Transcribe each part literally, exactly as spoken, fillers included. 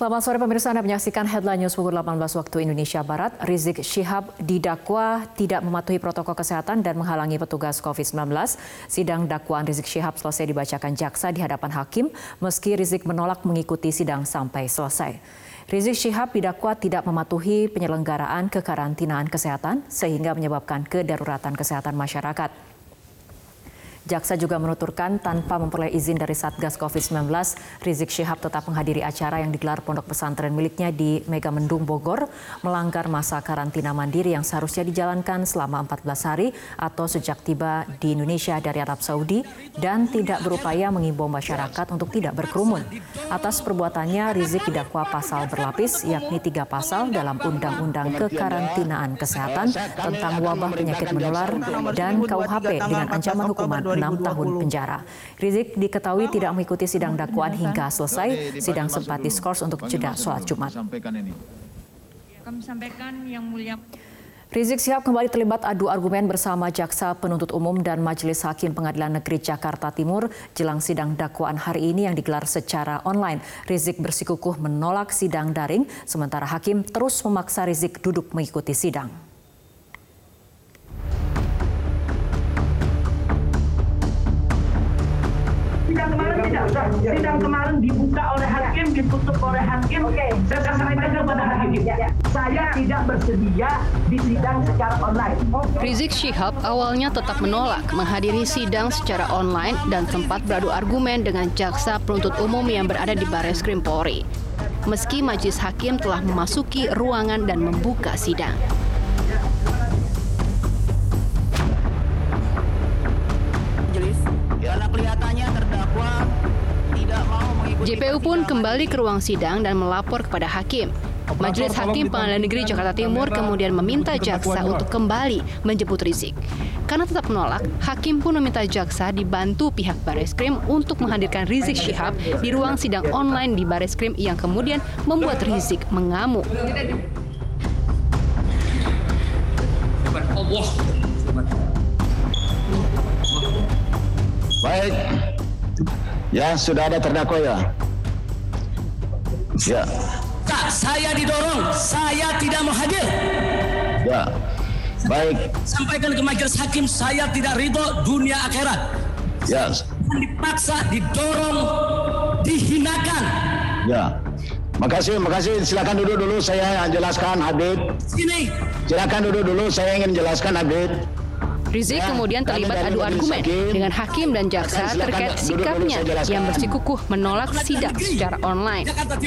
Selamat sore pemirsa, Anda menyaksikan Headline News pukul delapan belas waktu Indonesia Barat. Rizik Syihab didakwa tidak mematuhi protokol kesehatan dan menghalangi petugas COVID sembilan belas. Sidang dakwaan Rizik Syihab selesai dibacakan jaksa di hadapan hakim, meski Rizik menolak mengikuti sidang sampai selesai. Rizik Syihab didakwa tidak mematuhi penyelenggaraan kekarantinaan kesehatan sehingga menyebabkan kedaruratan kesehatan masyarakat. Jaksa juga menuturkan tanpa memperoleh izin dari Satgas COVID sembilan belas, Rizik Syihab tetap menghadiri acara yang digelar pondok pesantren miliknya di Megamendung, Bogor, melanggar masa karantina mandiri yang seharusnya dijalankan selama empat belas hari atau sejak tiba di Indonesia dari Arab Saudi dan tidak berupaya mengimbau masyarakat untuk tidak berkerumun. Atas perbuatannya, Rizik didakwa pasal berlapis, yakni tiga pasal dalam Undang-Undang Kekarantinaan Kesehatan tentang wabah penyakit menular dan K U H P dengan ancaman hukuman enam tahun penjara. Rizik diketahui tidak mengikuti sidang dakwaan hingga selesai. Sidang sempat diskors untuk jeda sholat Jumat. Kami sampaikan yang mulia. Rizik Syihab kembali terlibat adu argumen bersama Jaksa Penuntut Umum dan Majelis Hakim Pengadilan Negeri Jakarta Timur jelang sidang dakwaan hari ini yang digelar secara online. Rizik bersikukuh menolak sidang daring, sementara hakim terus memaksa Rizik duduk mengikuti sidang. Sidang kemarin tidak, sidang kemarin dibuka oleh hakim, ditutup oleh hakim. Oke, saya sampaikan kepada hakim, ya. Saya tidak bersedia di sidang secara online. Rizik Syihab awalnya tetap menolak menghadiri sidang secara online dan sempat beradu argumen dengan Jaksa Penuntut Umum yang berada di Barreskrim Polri. Meski majelis hakim telah memasuki ruangan dan membuka sidang. J P U pun kembali ke ruang sidang dan melapor kepada hakim. Majelis Hakim Pengadilan Negeri Jakarta Timur kemudian meminta jaksa untuk kembali menjemput Rizik. Karena tetap menolak, hakim pun meminta jaksa dibantu pihak Barreskrim untuk menghadirkan Rizik Syihab di ruang sidang online di Barreskrim yang kemudian membuat Rizik mengamuk. Baik. Ya, sudah ada terdakwa ya? Ya. Kak, saya didorong, saya tidak mau hadir. Ya. Baik. Sampaikan ke majelis hakim, saya tidak ridho dunia akhirat. Ya. Dipaksa, didorong, dihinakan. Ya. Makasih, makasih. Silakan duduk dulu, saya jelaskan, Habib. Sini. Silakan duduk dulu, saya ingin jelaskan, Habib. Rizik kemudian terlibat adu argumen dengan hakim dan jaksa terkait sikapnya yang bersikukuh menolak sidang secara online.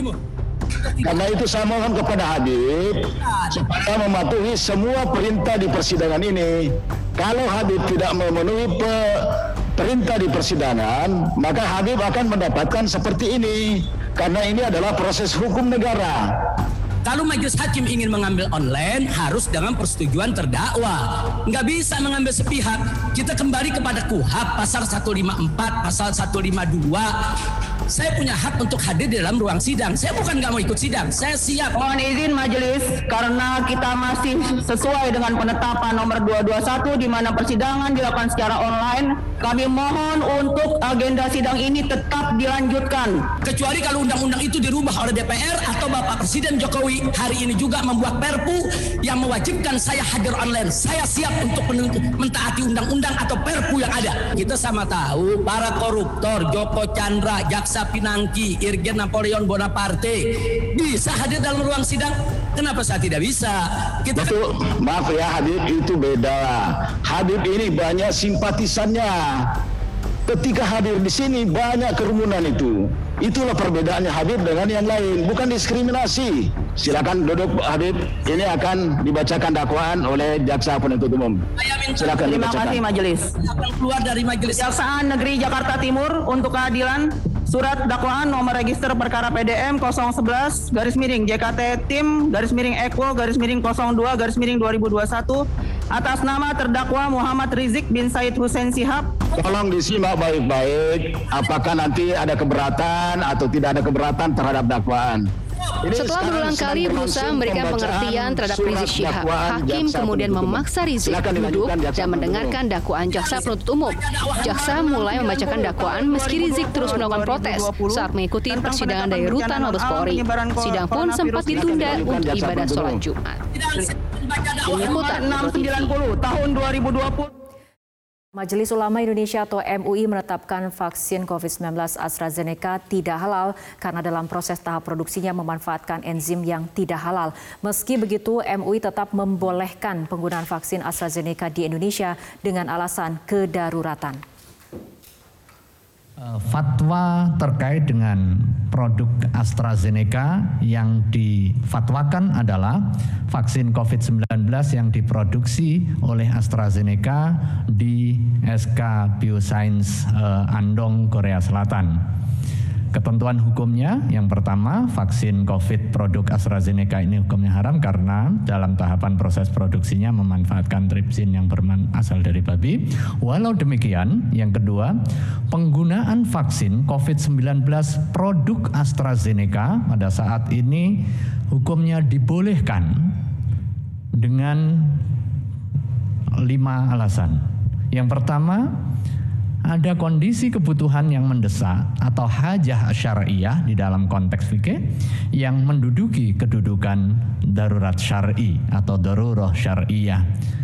Karena itu saya mohon kepada Habib supaya mematuhi semua perintah di persidangan ini. Kalau Habib tidak memenuhi pe perintah di persidangan, maka Habib akan mendapatkan seperti ini. Karena ini adalah proses hukum negara. Kalau majelis hakim ingin mengambil online, harus dengan persetujuan terdakwa. Nggak bisa mengambil sepihak. Kita kembali kepada K U H P pasal seratus lima puluh empat, pasal seratus lima puluh dua. Saya punya hak untuk hadir di dalam ruang sidang. Saya bukan nggak mau ikut sidang. Saya siap. Mohon izin majelis, karena kita masih sesuai dengan penetapan nomor dua ratus dua puluh satu di mana persidangan dilakukan secara online. Kami mohon untuk agenda sidang ini tetap dilanjutkan. Kecuali kalau undang-undang itu dirubah oleh D P R atau Bapak Presiden Jokowi hari ini juga membuat Perpu yang mewajibkan saya hadir online. Saya siap untuk mentaati undang-undang atau Perpu yang ada. Kita sama tahu para koruptor Joko Chandra, Jaksa Pinangki, Irjen Napoleon Bonaparte bisa hadir dalam ruang sidang. Kenapa saya tidak bisa? Kita Betul, maaf ya Habib, itu beda. Habib ini banyak simpatisannya. Ketika hadir di sini banyak kerumunan itu. Itulah perbedaannya Habib dengan yang lain, bukan diskriminasi. Silakan duduk Habib. Ini akan dibacakan dakwaan oleh Jaksa Penuntut Umum. Silakan Terima dibacakan. kasih majelis. akan keluar dari majelis. Kejaksaan Negeri Jakarta Timur untuk keadilan. Surat dakwaan nomor register perkara P D M nol sebelas garis miring J K T tim garis miring Eko garis miring nol dua garis miring dua ribu dua puluh satu atas nama terdakwa Muhammad Rizik bin Said Hussein Shihab. Tolong disimak baik-baik apakah nanti ada keberatan atau tidak ada keberatan terhadap dakwaan. Ini setelah berulang kali berusaha memberikan pengertian terhadap Rizik Syihab, hakim kemudian memaksa Rizik duduk dan mendengarkan dakwaan jaksa penuntut umum. Jaksa mulai membacakan dakwaan meski Rizik terus melakukan protes saat mengikuti persidangan dari rutan Mabes Polri. Sidang pun sempat ditunda untuk ibadah sholat Jumat. Liputan enam sembilan puluh tahun dua ribu dua puluh. Majelis Ulama Indonesia atau M U I menetapkan vaksin covid sembilan belas AstraZeneca tidak halal karena dalam proses tahap produksinya memanfaatkan enzim yang tidak halal. Meski begitu, M U I tetap membolehkan penggunaan vaksin AstraZeneca di Indonesia dengan alasan kedaruratan. Fatwa terkait dengan produk AstraZeneca yang difatwakan adalah vaksin covid sembilan belas yang diproduksi oleh AstraZeneca di S K Bioscience eh, Andong, Korea Selatan. Ketentuan hukumnya yang pertama, vaksin COVID produk AstraZeneca ini hukumnya haram karena dalam tahapan proses produksinya memanfaatkan tripsin yang berasal dari babi. Walau demikian, yang kedua, penggunaan vaksin covid sembilan belas produk AstraZeneca pada saat ini hukumnya dibolehkan dengan lima alasan. Yang pertama, ada kondisi kebutuhan yang mendesak atau hajah syariah di dalam konteks fikih yang menduduki kedudukan darurat syar'i atau darurah syariah.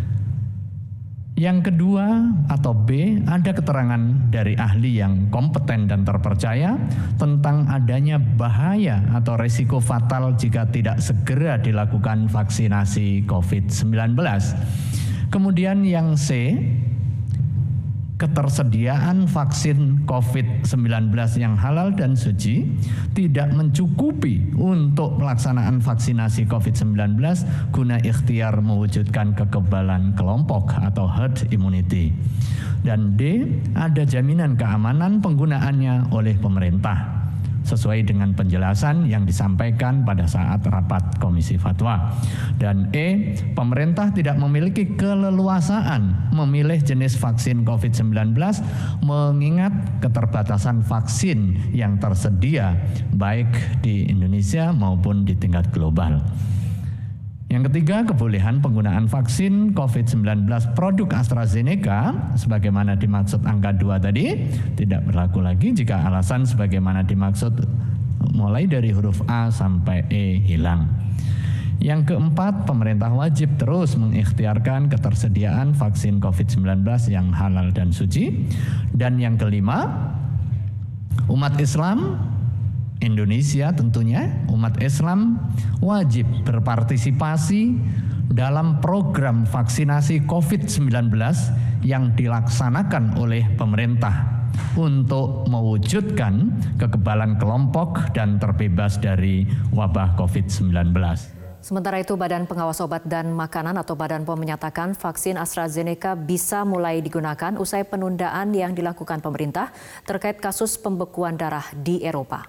Yang kedua atau B, ada keterangan dari ahli yang kompeten dan terpercaya tentang adanya bahaya atau risiko fatal jika tidak segera dilakukan vaksinasi covid sembilan belas. Kemudian yang C, ketersediaan vaksin covid sembilan belas yang halal dan suci tidak mencukupi untuk pelaksanaan vaksinasi covid sembilan belas guna ikhtiar mewujudkan kekebalan kelompok atau herd immunity. Dan D, ada jaminan keamanan penggunaannya oleh pemerintah sesuai dengan penjelasan yang disampaikan pada saat rapat Komisi Fatwa. Dan E, pemerintah tidak memiliki keleluasaan memilih jenis vaksin covid sembilan belas mengingat keterbatasan vaksin yang tersedia baik di Indonesia maupun di tingkat global. Yang ketiga, kebolehan penggunaan vaksin covid sembilan belas produk AstraZeneca sebagaimana dimaksud angka dua tadi tidak berlaku lagi jika alasan sebagaimana dimaksud mulai dari huruf A sampai E hilang. Yang keempat, pemerintah wajib terus mengikhtiarkan ketersediaan vaksin covid sembilan belas yang halal dan suci. Dan yang kelima, umat Islam Indonesia tentunya, umat Islam wajib berpartisipasi dalam program vaksinasi covid sembilan belas yang dilaksanakan oleh pemerintah untuk mewujudkan kekebalan kelompok dan terbebas dari wabah covid sembilan belas. Sementara itu, Badan Pengawas Obat dan Makanan atau Badan P O M menyatakan vaksin AstraZeneca bisa mulai digunakan usai penundaan yang dilakukan pemerintah terkait kasus pembekuan darah di Eropa.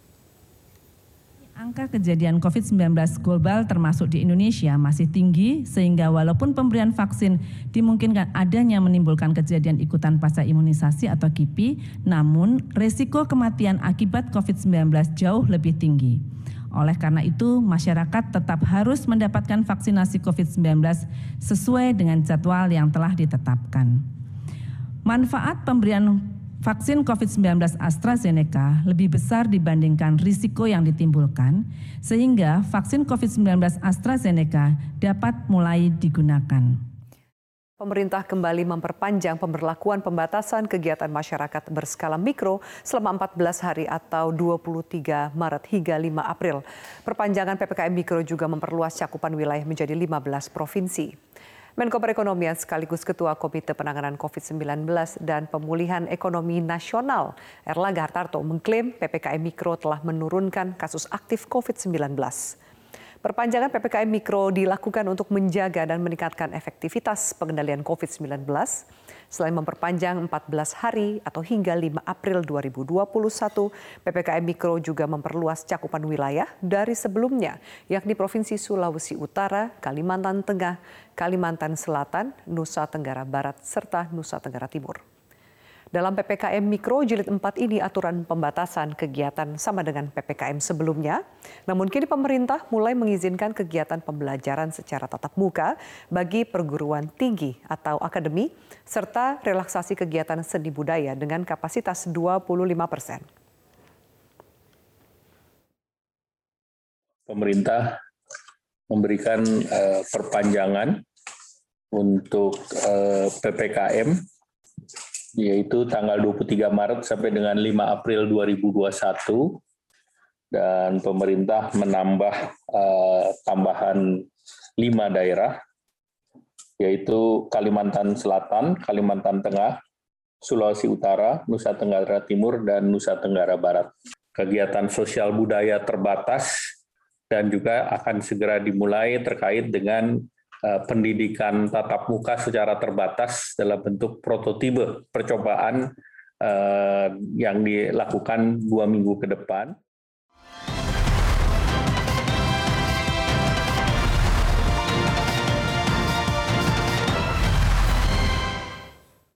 Angka kejadian covid sembilan belas global termasuk di Indonesia masih tinggi sehingga walaupun pemberian vaksin dimungkinkan adanya menimbulkan kejadian ikutan pasca imunisasi atau K I P I, namun risiko kematian akibat covid sembilan belas jauh lebih tinggi. Oleh karena itu, masyarakat tetap harus mendapatkan vaksinasi covid sembilan belas sesuai dengan jadwal yang telah ditetapkan. Manfaat pemberian vaksin covid sembilan belas AstraZeneca lebih besar dibandingkan risiko yang ditimbulkan, sehingga vaksin covid sembilan belas AstraZeneca dapat mulai digunakan. Pemerintah kembali memperpanjang pemberlakuan pembatasan kegiatan masyarakat berskala mikro selama empat belas hari atau dua puluh tiga Maret hingga lima April. Perpanjangan P P K M Mikro juga memperluas cakupan wilayah menjadi lima belas provinsi. Menko Perekonomian sekaligus Ketua Komite Penanganan covid sembilan belas dan Pemulihan Ekonomi Nasional Erlangga Hartarto mengklaim P P K M Mikro telah menurunkan kasus aktif covid sembilan belas. Perpanjangan P P K M Mikro dilakukan untuk menjaga dan meningkatkan efektivitas pengendalian covid sembilan belas. Selain memperpanjang empat belas hari atau hingga lima April dua ribu dua puluh satu, P P K M Mikro juga memperluas cakupan wilayah dari sebelumnya, yakni Provinsi Sulawesi Utara, Kalimantan Tengah, Kalimantan Selatan, Nusa Tenggara Barat, serta Nusa Tenggara Timur. Dalam P P K M Mikro Jilid empat ini aturan pembatasan kegiatan sama dengan P P K M sebelumnya. Namun kini pemerintah mulai mengizinkan kegiatan pembelajaran secara tatap muka bagi perguruan tinggi atau akademi, serta relaksasi kegiatan seni budaya dengan kapasitas dua puluh lima persen. Pemerintah memberikan uh, perpanjangan untuk uh, P P K M, yaitu tanggal dua puluh tiga Maret sampai dengan lima April dua ribu dua puluh satu, dan pemerintah menambah uh, tambahan lima daerah, yaitu Kalimantan Selatan, Kalimantan Tengah, Sulawesi Utara, Nusa Tenggara Timur, dan Nusa Tenggara Barat. Kegiatan sosial budaya terbatas dan juga akan segera dimulai terkait dengan Uh, pendidikan tatap muka secara terbatas dalam bentuk prototipe percobaan uh, yang dilakukan dua minggu ke depan.